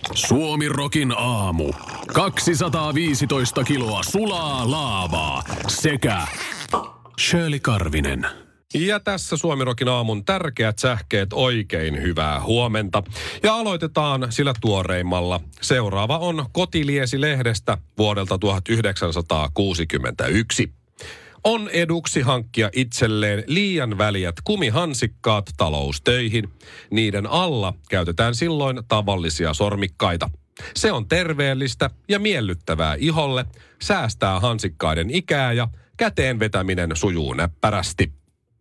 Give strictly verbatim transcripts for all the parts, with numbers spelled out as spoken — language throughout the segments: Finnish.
Suomi-rokin aamu. kaksisataaviisitoista kiloa sulaa laavaa sekä Shirley Karvinen. Ja tässä Suomi-rokin aamun tärkeät sähkeet, oikein hyvää huomenta. Ja aloitetaan sillä tuoreimmalla. Seuraava on Kotiliesi-lehdestä vuodelta tuhatyhdeksänsataakuusikymmentäyksi. On eduksi hankkia itselleen liian väljät kumihansikkaat taloustöihin. Niiden alla käytetään silloin tavallisia sormikkaita. Se on terveellistä ja miellyttävää iholle, säästää hansikkaiden ikää ja käteen vetäminen sujuu näppärästi.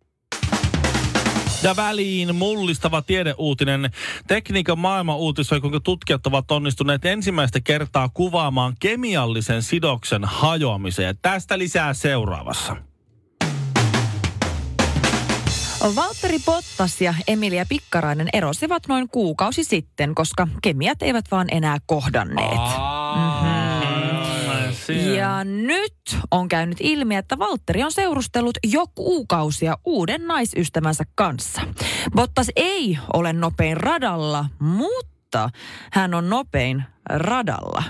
Ja väliin mullistava tiedeuutinen. Tekniikan maailma uutisoi, kuinka tutkijat ovat onnistuneet ensimmäistä kertaa kuvaamaan kemiallisen sidoksen hajoamisen. Ja tästä lisää seuraavassa. Valtteri Bottas ja Emilia Pikkarainen erosivat noin kuukausi sitten, koska kemiat eivät vaan enää kohdanneet. Mm-hmm. Ja nyt on käynyt ilmi, että Valtteri on seurustellut jo kuukausia uuden naisystävänsä kanssa. Bottas ei ole nopein radalla, mutta hän on nopein radalla.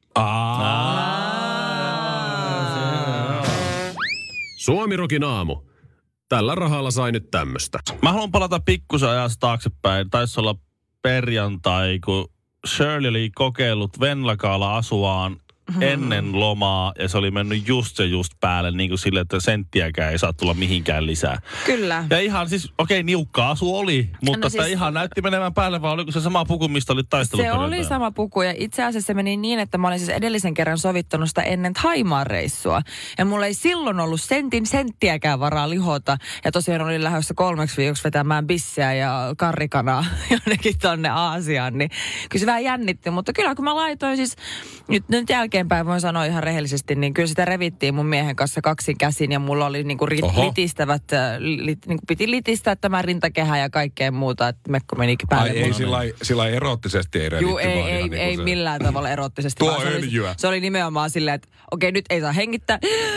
Suomi-rokin aamu. Tällä rahalla sai nyt tämmöstä. Mä haluan palata pikkusen ajassa taaksepäin. Taisi olla perjantai, kun Shirley oli kokeillut Venlakaalla asuaan ennen lomaa, ja se oli mennyt just se just päälle, niin kuin silleen, että senttiäkään ei saa tulla mihinkään lisää. Kyllä. Ja ihan siis, okei, okay, niukka asu oli, mutta no siis, ihan näytti menevän päälle, vai oliko se sama puku, mistä oli taistellut? Se oli sama puku, ja itse asiassa se meni niin, että mä olin siis edellisen kerran sovittanut sitä ennen Thaimaan reissua. Ja mulla ei silloin ollut sentin senttiäkään varaa lihota, ja tosiaan olin lähdössä kolmeksi viikoksi vetämään bissiä ja karrikanaa jonnekin tonne Aasiaan, niin kyllä se vähän jännitti, mutta kyllä kun mä laitoin siis, nyt, nyt jälkeen päin voin sanoa ihan rehellisesti, niin kyllä sitä revittiin mun miehen kanssa kaksin käsin ja mulla oli niinku rit- litistävät, lit, niinku piti litistää tämä rintakehä ja kaikkea muuta, että mekko menikin päälle. Ai ei, sillä ei, sillä ei erottisesti ei revitty. Juu, ei, ei, niin ei se millään tavalla erottisesti. Tuo se öljyä. Oli, se oli nimenomaan silleen, että okei, okay, nyt ei saa hengittää.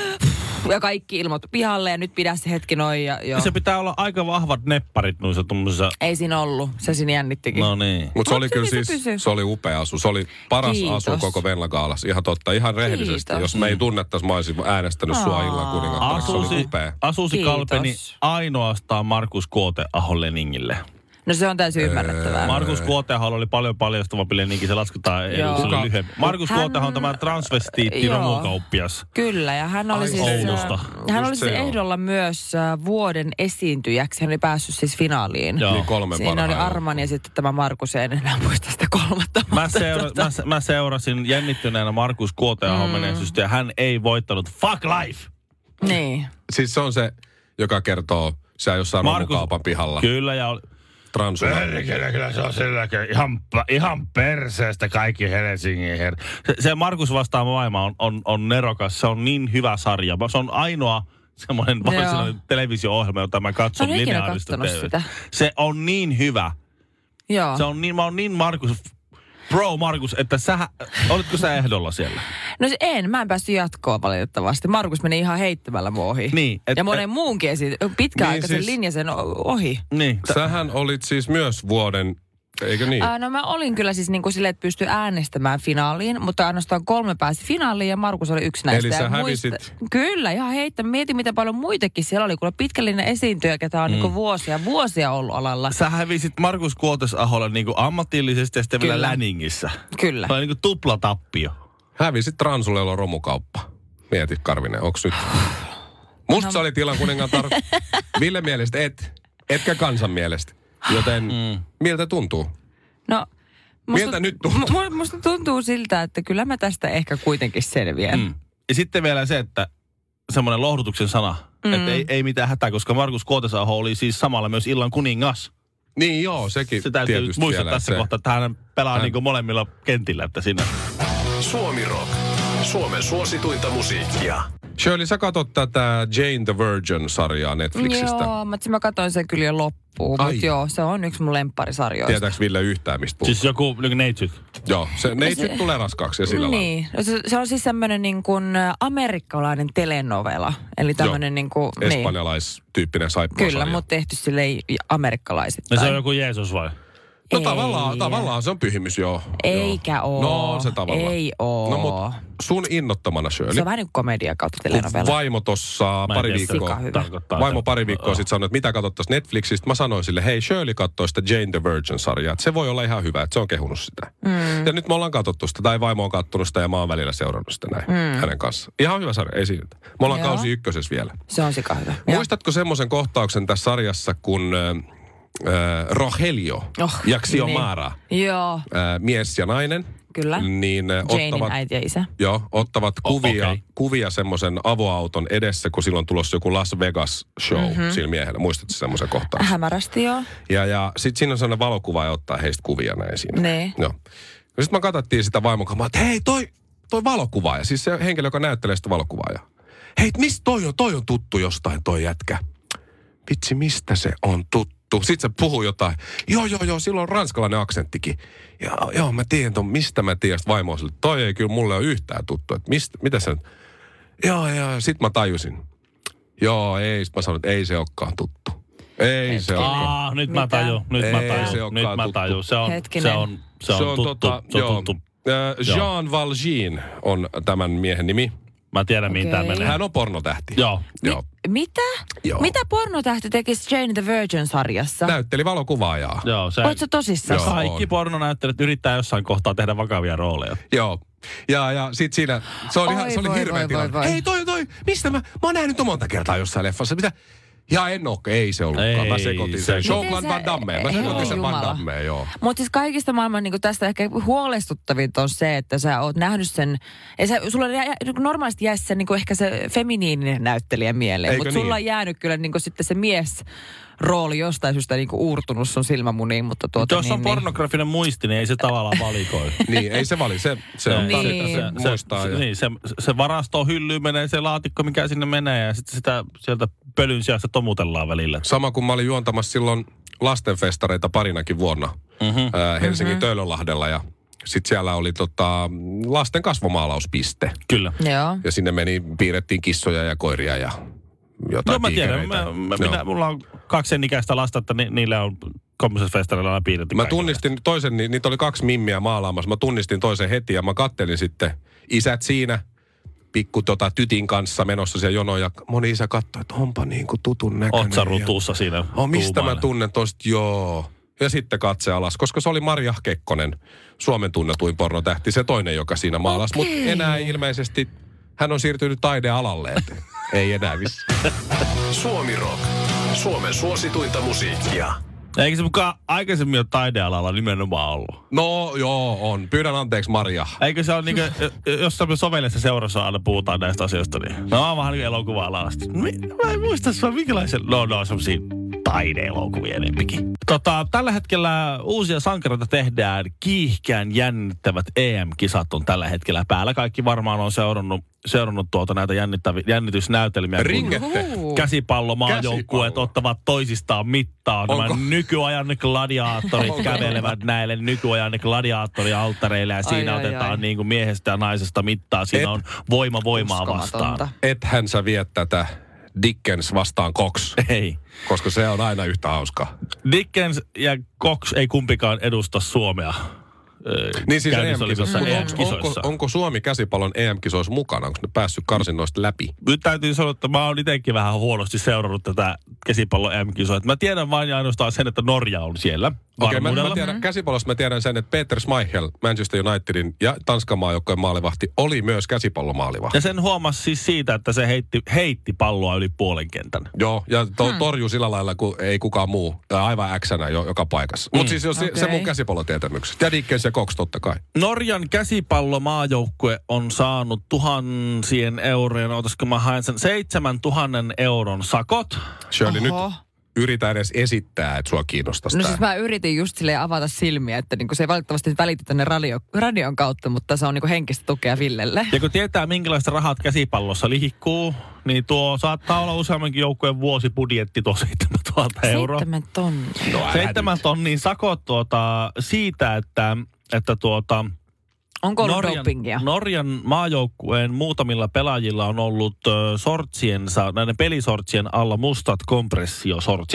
Ja kaikki ilmot pihalle ja nyt pidä se hetki noin. Ja, ja se pitää olla aika vahvat nepparit noissa tuommoisissa. Ei siinä ollut. Se siinä jännittikin. No niin. Mutta se oli kyllä siis, se, se oli upea asu. Se oli paras Kiitos. asu koko Venlagaalassa. Ihan totta, ihan rehellisesti. Kiitos. Jos me ei tunnettaisi, mä olisin äänestänyt sua illan kuningattareksi. Se oli upea. Asusi kalpeni ainoastaan Markus Kuote-Aho Leningille. No se on täysin ymmärrettävää. Markus Kuoteaholla oli paljon paljastavampi leninki, se lasketaan eduselle lyhyempi. Markus hän... Kuoteaho on tämä transvestiitti romukauppias. Kyllä, ja hän oli Ai, siis, Oulusta. hän oli siis ehdolla myös vuoden esiintyjäksi. Hän oli päässyt siis finaaliin. Joo. Niin kolme Siinä parhailla. oli Arman ja sitten tämä Markus, en enää muista sitä kolmatta. Mä, seura- mä, mä seurasin jännittyneenä Markus Kuoteahon mm. menestystä ja hän ei voittanut. Fuck life! Niin. Siis se on se, joka kertoo, sä jossain Markus... romukaupan pihalla. Kyllä, ja Transulla. Kyllä, kyllä se on silläkin ihan, ihan perseestä kaikki Helsingin her. Se, se Markus vastaa maailma on, on, on nerokas. Se on niin hyvä sarja. Se on ainoa semmoinen varsinainen televisio-ohjelma, jota mä katson lineaarista T V:stä. Se on niin hyvä. Joo. Se on niin, mä oon niin Markus, bro Markus, että sä, olitko sä ehdolla siellä? No se en, mä en päässyt jatkoon valitettavasti. Markus meni ihan heittämällä mun ohi. Niin. Et, ja monen muunkin esiin, pitkäaikaisen niin siis, linjasen ohi. Niin. Sähän olit siis myös vuoden, eikö niin? Ää, no mä olin kyllä siis niin kuin silleen, että pystyi äänestämään finaaliin, mutta ainoastaan kolme pääsi finaaliin ja Markus oli yksi näistä. Eli sä ja hävisit? Muista, kyllä, ihan heittä. Mietin, miten paljon muitakin siellä oli, kun pitkällinen esiintyjä, ketä on mm. niin kuin vuosia, vuosia ollut alalla. Sä hävisit Markus Kuotesaholle niin kuin ammatillisesti ja sitten vielä Läningissä. Kyllä. Se oli niin kuin tuplatappio. Hävisit Transulle, jolla on romukauppa. Mieti, Karvinen, onks nyt? Musta no. se oli tilan kuningatar. Ville mielestä et, etkä kansan mielestä. Joten mm. miltä tuntuu? No, musta, miltä nyt tuntuu? M- musta tuntuu siltä, että kyllä mä tästä ehkä kuitenkin selviän. Mm. Ja sitten vielä se, että semmoinen lohdutuksen sana, mm. että ei, ei mitään hätää, koska Markus Kuotesaho oli siis samalla myös illan kuningas. Niin joo, sekin se täytyy tietysti muistaa tässä se. kohtaa, että hän pelaa hän... niin kuin molemmilla kentillä, että siinä. Suomi Rock. Suomen suosituinta musiikkia. Shirley, sä katot tätä Jane the Virgin-sarjaa Netflixistä. Joo, mutta mä katsoin sen kyllä jo loppuun. Mutta joo, se on yksi mun lempparisarjoista. Tietääks Ville yhtään, mistä puhutaan? Siis joku niin neitsyt. Joo, se neitsyt se, tulee raskaaksi ja sillä niin, lailla. Se, se on siis semmoinen niin kuin amerikkalainen telenovela. Eli tämmöinen niin kuin espanjalaistyyppinen saippuasarja. Kyllä, mutta tehty silleen amerikkalaiset. No se on joku Jeesus vai? No tavallaan, tavallaan se on pyhimys, joo. Eikä oo. No on se tavallaan. Ei oo. No mut sun innottamana, Shirley. Se on vähän niin kuin komedia kautta telenovela. Vaimo tossa pari viikkoa. Vaimo pari viikkoa sitten sanoi, että mitä katsottaisiin Netflixistä. Mä sanoin sille, hei Shirley katsoi sitä Jane the Virgin-sarjaa. Että se voi olla ihan hyvä, että se on kehunut sitä. Mm. Ja nyt me ollaan katsottu sitä, tai vaimo on kattonut sitä ja mä oon välillä seurannut sitä näin mm. hänen kanssa. Ihan hyvä sarja, ei siinä. Me ollaan Joo. kausi ykkösessä vielä. Se on sika hyvä. Muistatko semmoisen kohtauksen tässä sarjassa, kun äh, Rogelio oh, ja Xiomara, niin. Joo. Äh, mies ja nainen, Kyllä. Niin Janein ottavat, äiti ja isä. Joo, ottavat kuvia, okay. kuvia semmoisen avoauton edessä, kun silloin tulossa joku Las Vegas show mm-hmm. sillä miehellä. Muistatko semmoisen kohtauksen? Hämärästi joo. Ja, ja sitten siinä on sellainen valokuva ja ottaa heistä kuvia näin siinä. Nee. Joo. Ja sitten mä katsottiin sitä vaimon kanssa, että hei toi, toi valokuvaaja, siis se henkilö, joka näyttelee sitä valokuvaajaa. Hei, mistä toi on? Toi on tuttu jostain toi jätkä. Vitsi, mistä se on tuttu? Sitten se puhuu jotain. Joo, joo, joo, silloin on ranskalainen aksenttikin. Ja, joo, mä tiedän ton, mistä mä tiedän. Sitten vaimo on sille, toi ei kyllä mulle ole yhtään tuttu. Että mistä, mitä se on? Joo, joo, sitten mä tajusin. Joo, ei, sitten mä sanoin, että ei se olekaan tuttu. Ei Hetki. se olekaan. Aa, nyt mä tajun, nyt ei mä tajun, se nyt mä tajun. Se on, Hetkinen. se on, se on, se on tuttu, tota, se on joo. tuttu. Äh, Jean Valjean on tämän miehen nimi. Mä tiedän, mihin Okei. tää menee. Hän on pornotähti. Joo. Joo. Mitä? Joo. Mitä pornotähti tekisi Jane the Virgin-sarjassa? Näytteli valokuvaajaa. Joo, se, Oletko tosissaan? Joo. kaikki on. pornonäyttelijät yrittää jossain kohtaa tehdä vakavia rooleja. Joo. Ja, ja sit siinä, se oli, Oi, ihan, se oli voi, hirveä voi, tilanne. voi, voi. Hei toi, toi, mistä mä, mä oon nähnyt ton monta kertaa jossain leffassa. Mitä? Ja en oo, ei se ollutkaan. Ei, Mä sekoitin se- sen. Miten Jean-Claude Van Damme. Mä sekoitin sen Van Jumala. Dammeen, joo. Mutta siis kaikista maailman niin tästä ehkä huolestuttavinta on se, että sä oot nähnyt sen, ei sä, sulla jää, normaalisti jää se niin ehkä se feminiininen näyttelijä mieleen, mutta sulla niin? on jäänyt kyllä niin sitten se mies rooli jostain syystä niin uurtunut sun silmämuniin, mutta tuota Jos on niin, pornografinen muisti, niin ei se tavallaan valikoi. Niin, ei se vali. Se, se on Niin. se, se, muistaa. Se, ja- niin, se, se varasto hyllyyn menee se laatikko, mikä sinne menee, ja sitten sitä sieltä pölyn sijasta tomutellaan välillä. Sama kuin mä olin juontamassa silloin lastenfestareita parinakin vuonna Mm-hmm. ää, Helsingin mm-hmm. Töölönlahdella ja sitten siellä oli tota, lasten kasvomaalauspiste. Kyllä. Joo. Ja sinne meni, piirrettiin kissoja ja koiria ja jotain Joo, mä tiedän. tiikereitä. Mä, mä, Joo. minä, mulla on kaksi sen ikäistä lasta, että ni, niillä on kolmisessa festarilla aina piirretty. Mä kaikille. tunnistin toisen, ni- niitä oli kaksi mimmiä maalaamassa. Mä tunnistin toisen heti ja mä kattelin sitten isät siinä pikku tota, tytin kanssa menossa siellä jonoon. Ja moni isä katsoi, että onpa niin kuin tutun näköinen. Otsarutuussa siinä. Oh, mistä mä tuumailla. tunnen tosta? Joo. Ja sitten katse alas, koska se oli Marja Kekkonen, Suomen tunnetuin pornotähti, se toinen, joka siinä maalasi. Okei. Mutta enää ilmeisesti, hän on siirtynyt taidealalle, että ei enää missään. Suomi Rock. Suomen suosituinta musiikkia. Eikö se mukaan aikaisemmin ole taidealalla nimenomaan ollut? No joo, on. Pyydän anteeksi Marja. Eikö se ole niinku, jos sovellessa seurassa aina puhutaan näistä asioista, niin no on vähän niin kuin elokuva-alalla. Mä en muista, se on minkälaisen, no no semmosia taide-elokuvia enempikin. Tota, tällä hetkellä uusia sankareita tehdään, kiihkeän jännittävät E M-kisat on tällä hetkellä päällä. Kaikki varmaan on seurannut, seurannut tuota näitä jännittäviä, jännitysnäytelmiä. kun Ringette. Käsipallomaajoukkueet Käsipallo. ottavat toisistaan mittaa. Nämä Onko? nykyajan gladiaattorit Onko? kävelevät näille nykyajan gladiaattorialttareille ja siinä Ai, ai, otetaan ai. niin kuin miehestä ja naisesta mittaa. Siinä Et- on voima voimaa Uskomatonta. vastaan. Ethän sä vie tätä Dickens vastaan Cox, Ei. koska se on aina yhtä hauskaa. Dickens ja Cox ei kumpikaan edusta Suomea. öö, Niin siis käynnissä E M-kisoissa. olevissa Mut onko, onko, E M-kisoissa. onko Suomi käsipallon E M-kisoissa mukana? Onko ne päässyt karsinnoista läpi? Nyt täytyy sanoa, että mä oon itsekin vähän huonosti seurannut tätä käsipallon E M-kisoa. Mä tiedän vain ja ainoastaan sen, että Norja on siellä. Okei, mä, varmuudella. mä tiedän, käsipallosta mä tiedän sen, että Peter Schmeichel, Manchester Unitedin ja Tanskan maajoukkojen maalivahti, oli myös käsipallomaalivahti. Ja sen huomasi siis siitä, että se heitti, heitti palloa yli puolen kentän. Joo, ja to, hmm. torjui sillä lailla, kun ei kukaan muu. Ja aivan äksänä jo, joka paikassa. Mm. Mutta siis jos okay. se, se mun käsipallotietämykset. Ja Dickens ja Cox totta kai. Norjan käsipallomaajoukkue on saanut tuhansien eurojen, otaisiko mä haen sen, seitsemän tuhannen euron sakot. Shirley, nyt Oho. yritä edes esittää, että sua kiinnostaisi No tää. siis mä yritin just silleen avata silmiä, että niinku se ei valitettavasti välitä tänne radio, radion kautta, mutta se on niinku henkistä tukea Villelle. Ja kun tietää, minkälaista rahat käsipallossa liikkuu, niin tuo saattaa olla useammankin joukkueen vuosibudjetti tuo seitsemäntuhatta euroa. Seitsemän tonnia. No, älä Seitsemän nyt. tonnin sakot tuota, siitä, että, että tuota, Onko ollut Norjan, dopingia? Norjan maajoukkueen muutamilla pelaajilla on ollut ö, sortsiensa, näiden pelisortsien alla mustat kompressiosortsit.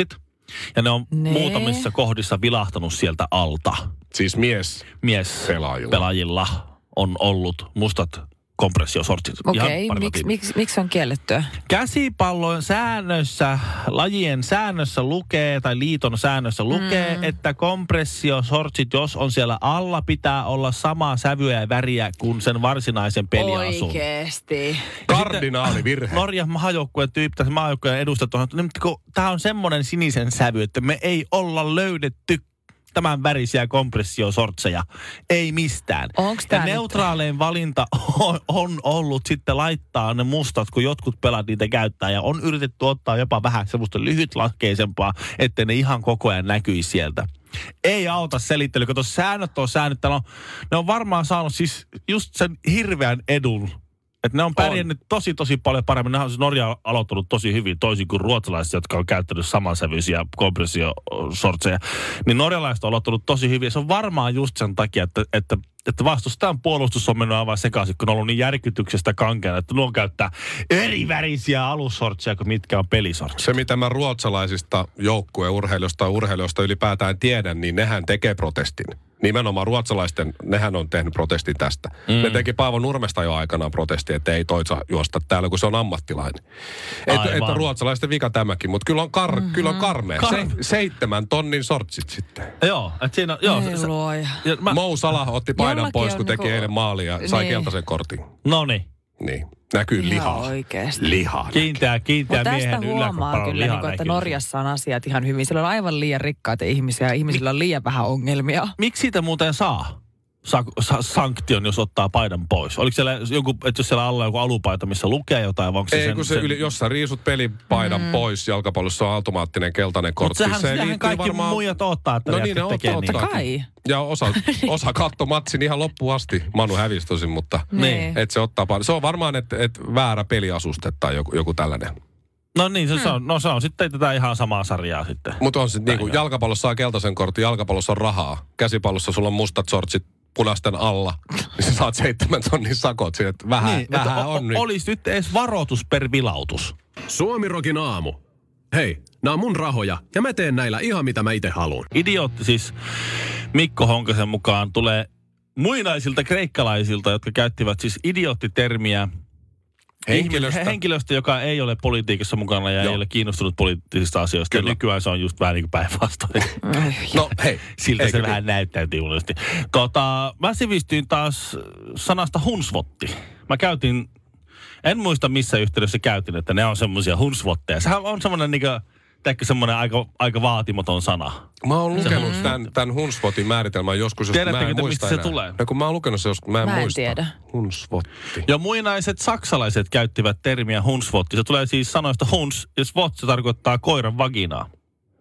Ja ne on Nee. muutamissa kohdissa vilahtanut sieltä alta. Siis mies. Mies Pelaajilla. pelaajilla on ollut mustat kompressiosortsit. Ihan Okei, paremmat miksi viime. miksi miksi on kiellettyä? Käsipallon säännössä, lajien säännössä lukee, tai liiton säännössä lukee, mm. että kompressiosortsit, jos on siellä alla, pitää olla samaa sävyä ja väriä kuin sen varsinaisen peliasun. Oikeesti. Kardinaalivirhe. Norjan maajoukkueen tyyppi, tässä maajoukkueen edustajat on, että tämä on semmoinen sinisen sävy, että me ei olla löydetty tämän värisiä kompressiosortseja. Ei mistään. Onks ja tää neutraalein valinta on, on ollut sitten laittaa ne mustat, kun jotkut pelaat niitä käyttää. Ja on yritetty ottaa jopa vähän semmoista lyhytlakkeisempaa, ettei ne ihan koko ajan näkyisi sieltä. Ei auta selittely, kun tuossa säännöt on säännöt. On, ne on varmaan saanut siis just sen hirveän edun. Että ne on pärjännyt on. tosi, tosi paljon paremmin. Ne on siis Norja aloittanut tosi hyvin, toisin kuin ruotsalaiset, jotka on käyttänyt samansävyisiä kompressiosortseja. Niin norjalaiset on aloittanut tosi hyvin. Se on varmaan just sen takia, että, että, että vastustajan puolustus on mennyt aivan sekaisin, kun on ollut niin järkytyksestä kankeana, että nuo käyttää eri värisiä alussortseja kuin mitkä on pelisortseja. Se, mitä mä ruotsalaisista joukkueurheilijoista tai urheilijoista ylipäätään tiedän, niin nehän tekee protestin. Nimenomaan ruotsalaisten, nehän on tehnyt protestin tästä. Mm. Ne teki Paavo Nurmesta jo aikanaan protesti, että ei toisa juosta täällä, kun se on ammattilainen. Että et ruotsalaisten vika tämäkin, mutta kyllä on, kar, mm-hmm. kyllä on karmea. Kar- Se, seitsemän tonnin sortsit sitten. Joo, että siinä on... Joo, Ei se, luoja. ja mä, Mo Salah otti paidan Jollakin pois, on kun teki niinku- eilen maalia ja sai Niin. keltaisen kortin. noniin. Niin, näkyy Ihan lihaa. oikeesti. Lihaa. Kiinteä, kiinteä Mutta tästä miehen huomaa yläkroppaan kyllä, lihaa niin että näkyy. Norjassa on asiat ihan hyvin. Siellä on aivan liian rikkaita ihmisiä ja ihmisillä on liian vähän ongelmia. Miksi siitä muuten saa? Sa- sa- sanktion, jos ottaa paidan pois? Oliko siellä joku, että jos siellä alla on joku alupaita, missä lukee jotain, vai onko se Ei, sen, kun se sen... yli, jos sä riisut pelipaidan mm. pois, jalkapallossa on automaattinen keltainen kortti. Mutta sehän, se sehän liittyy kaikki varmaan... muijat ottaa, että No no niin, ne tekee ottaa, niin. ottaa. Kai. Ja osa, osa katto matsin ihan loppuun asti. Manu hävisi tosin, mutta Niin. et se ottaa paljon. Se on varmaan, että et väärä peliasuste tai joku, joku tällainen. No niin, se, hmm. se on, no se on sitten tätä ihan samaa sarjaa sitten. Mutta on se niinku, jalkapallossa saa keltaisen kortin, jalkapallossa on rahaa. Käsipallossa sulla on mustat sortsit punaisten alla, niin sä saat seitsemän tonnin sakot siinä, että vähän, Niin, vähän että on o- nyt. olisi nyt edes varoitus per vilautus. Suomirokin aamu. Hei, nää on mun rahoja ja mä teen näillä ihan mitä mä itse haluun. Idiootti siis Mikko Honkasen mukaan tulee muinaisilta kreikkalaisilta, jotka käyttivät siis idioottitermiä Henkilöstä. Henkilöstä, joka ei ole politiikassa mukana ja Joo. ei ole kiinnostunut poliittisista asioista. Kyllä. Ja nykyään se on just vähän niin kuin päinvastoin. No hei. Siltä eikö se niin? vähän näyttäytyy mullisesti. Tota, mä sivistyin taas sanasta hunsvotti. Mä käytin, en muista missä yhteydessä käytin, että ne on semmoisia hunsvotteja. Sehän on semmoinen niinku, teikö semmoinen aika, aika vaatimaton sana. Mä oon lukenut mm. tämän, tämän hunsvotin määritelmän joskus, jos mä Tiedättekö en te, muista mistä se enää. tulee? Ja kun mä oon lukenut se joskus, mä en Mä en muista. tiedä. Hunsvotti. Ja muinaiset saksalaiset käyttivät termiä hunsvotti. Se tulee siis sanoista huns, ja svot se tarkoittaa koiran vaginaa.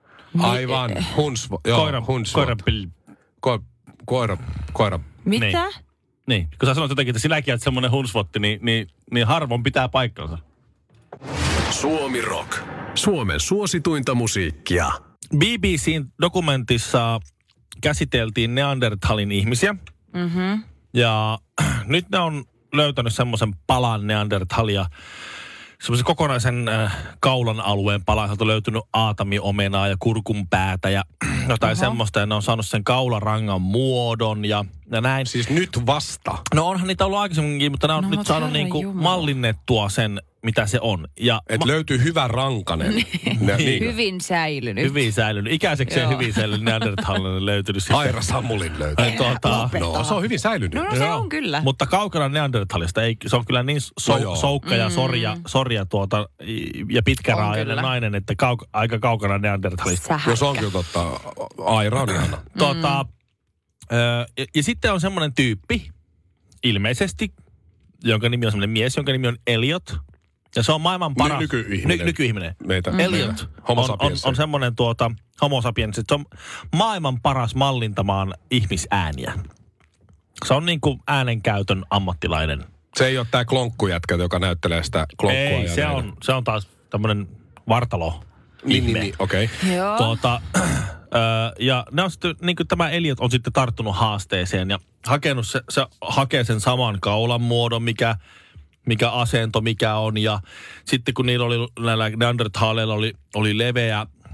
Aivan. Hunsvo, joo, Koiran, hunsvot. koiran pil- Ko, koira, koira. Mitä? Niin. Niin, kun sä sanoit jotenkin, että sinäkin olet semmoinen hunsvotti, niin, niin, niin harvoin pitää paikkansa. Suomi Rock. Suomen suosituinta musiikkia. B B C:n dokumentissa käsiteltiin Neandertalin ihmisiä. Mm-hmm. Ja nyt ne on löytänyt semmoisen palan Neandertalia, semmoisen kokonaisen äh, kaulan alueen palan. Sieltä on löytynyt aatamiomenaa ja kurkunpäätä ja jotain Oho. semmoista. Ja ne on saanut sen kaularangan muodon ja, ja näin. Siis nyt vasta. No onhan niitä ollut aikaisemminkin, mutta ne on No, nyt mut saanut herra niinku jumala. mallinnettua sen, mitä se on. Ja Että ma- löytyy hyvä rankanen. Ne, niin. Hyvin säilynyt. hyvin säilynyt. Ikäisekseen Joo. hyvin säilynyt Neandertalinen löytynyt sitten. Aira Samulin löytyy. Ai, tuota, No, se on hyvin säilynyt. No, no se on kyllä. Mutta kaukana Neandertalista, ei, se on kyllä niin so, No joo. soukka ja sorja, sorja tuota, ja pitkäraajainen kyllä. nainen, että kauk, aika kaukana Neandertalista. Sähäkkä. No se on kyllä totta. Aira on ihana. Tuota, ö, ja, ja sitten on semmoinen tyyppi, ilmeisesti, jonka nimi on semmoinen mies, jonka nimi on Elliot. Ja se on maailman paras... nykyihminen. Ny, nykyihminen. Meitä. Elliot Homo on, on, sapiens. on semmoinen tuota, homo sapiens, että se on maailman paras mallintamaan ihmisääniä. Se on niin kuin äänenkäytön ammattilainen. Se ei ole tää klonkkujätkä, joka näyttelee sitä klonkkua. Ei, ja se näin. on, se on taas tämmöinen vartalo. Niin, ihme. niin, niin, okei. Okay. Joo. Tuota, ö, ja ne on sitten, niin kuin tämä Elliot on sitten tarttunut haasteeseen ja hakenut se, se hakee sen saman kaulan muodon, mikä, mikä asento, mikä on. Ja sitten kun niillä oli, näillä Neanderthaleilla oli, oli leveä,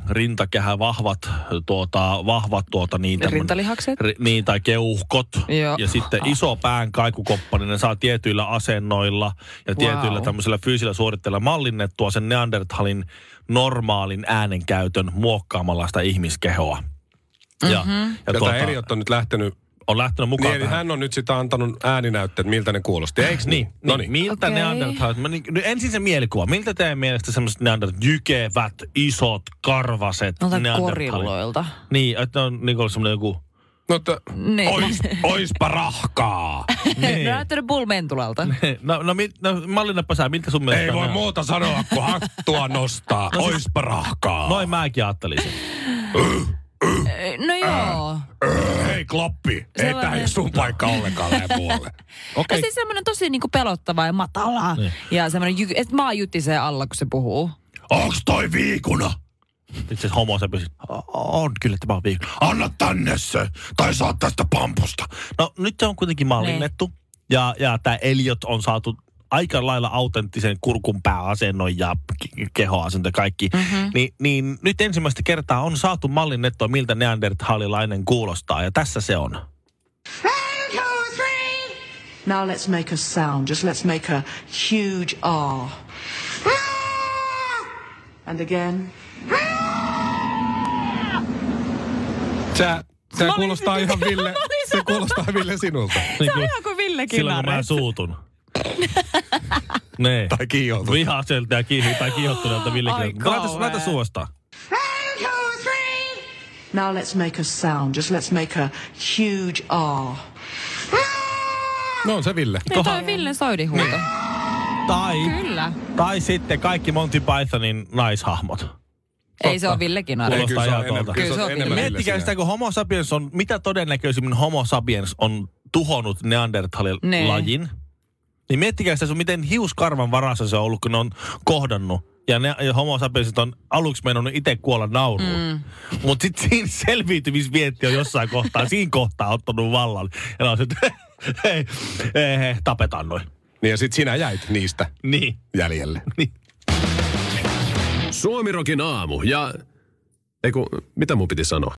rintakehä, vahvat, tuota, vahvat tuota, niin tämmönen, Rintalihakset? ri, niin, tai keuhkot. Joo. Ja sitten iso pään kaikukoppa, niin ne saa tietyillä asennoilla ja tietyillä Wow. tämmöisillä fyysillä suoritteilla mallinnettua sen Neanderthalin normaalin äänenkäytön muokkaamalla sitä ihmiskehoa. Ja, Mm-hmm. ja Ja tuota, tämä Eliot on nyt lähtenyt, on lähtenyt mukaan niin, eli tähän. hän on nyt sitä antanut ääninäytteet, miltä ne kuulosti, eikö Niin, No niin. Miltä Okei. Neandertalit, mä niin, nyt ensin se mielikuva, miltä teidän mielestä semmoiset Neandertalit, jykevät, isot, karvaset Noilta Neandertalit? korilloilta. Niin, että on niin kuin semmoinen joku, No, että Niin. ois, oispa rahkaa. niin. Ne on näyttänyt Bull-mentulalta. no, no, mi- no mallinnappa sä, miltä sun mielestä Ei voi on? muuta sanoa, kun hattua nostaa. No siis- Oispa rahkaa. Noin mäkin ajattelin sen. No joo. Hei Kloppi, ei tää Sellainen- ei ole sun paikka ollenkaan lähe puolelle. Okei. Ja siis semmoinen tosi niinku pelottava ja matala. Niin. Ja semmoinen, jy- että maa jytisee alla, kun se puhuu. Onks toi viikuna? Itse asiassa homo se pysi. On kyllä tämä on viikko. Anna tänne se, tai saat tästä pampusta. No nyt se on kuitenkin mallinnettu. Ja, ja tämä Eliot on saatu aika lailla autenttisen kurkun pääasennon ja ke- kehoasento ja kaikki. Mm-hmm. Ni, niin nyt ensimmäistä kertaa on saatu mallinnettua, miltä neanderthalilainen kuulostaa. Ja tässä se on. One, two, three. Now let's make a sound. Just let's make a huge R. And again. Sä, sä kuulostaa ihan Ville, se kuulostaa Ville sinulta. Niin Se on ihan kuin Ville silloin kun mä Kinaret. suutun. Nee. Tai kiihotut. Vihaiselta ja kiihi, tai kiihottuneelta Ville Ai Kinaret. Laita, kauhea. laita suosta. One, two, three. Now let's make a sound. Just let's make a huge R. No on se Ville. Niin toi on Villen soidihuuto. Tai, Kyllä. tai sitten kaikki Monty Pythonin naishahmot. Ei se ole Ville Kinaret. Ei, kyllä se on ihan enemmän, tuolta. kyllä se Kyllä on se on enemmän Ville Miettikää sinä. sitä, kun homo sapiens on, mitä todennäköisimmin homo sapiens on tuhonnut neanderthalin Nee. lajin. Niin miettikää sitä, miten hiuskarvan varassa se on ollut, kun ne on kohdannut. Ja, ne, ja homo sapiensit on aluksi mennyt itse kuolla nauruun. Mm. Mutta sitten siinä selviytymisvietti on jossain kohtaa, siinä kohtaa ottanut vallan. Ja ne on sitten, hei, hei, hei, tapetaan noin. Niin ja sit sinä jäit niistä Niin. jäljelle. niin. Suomirokin aamu ja... Eiku, mitä mun piti sanoa?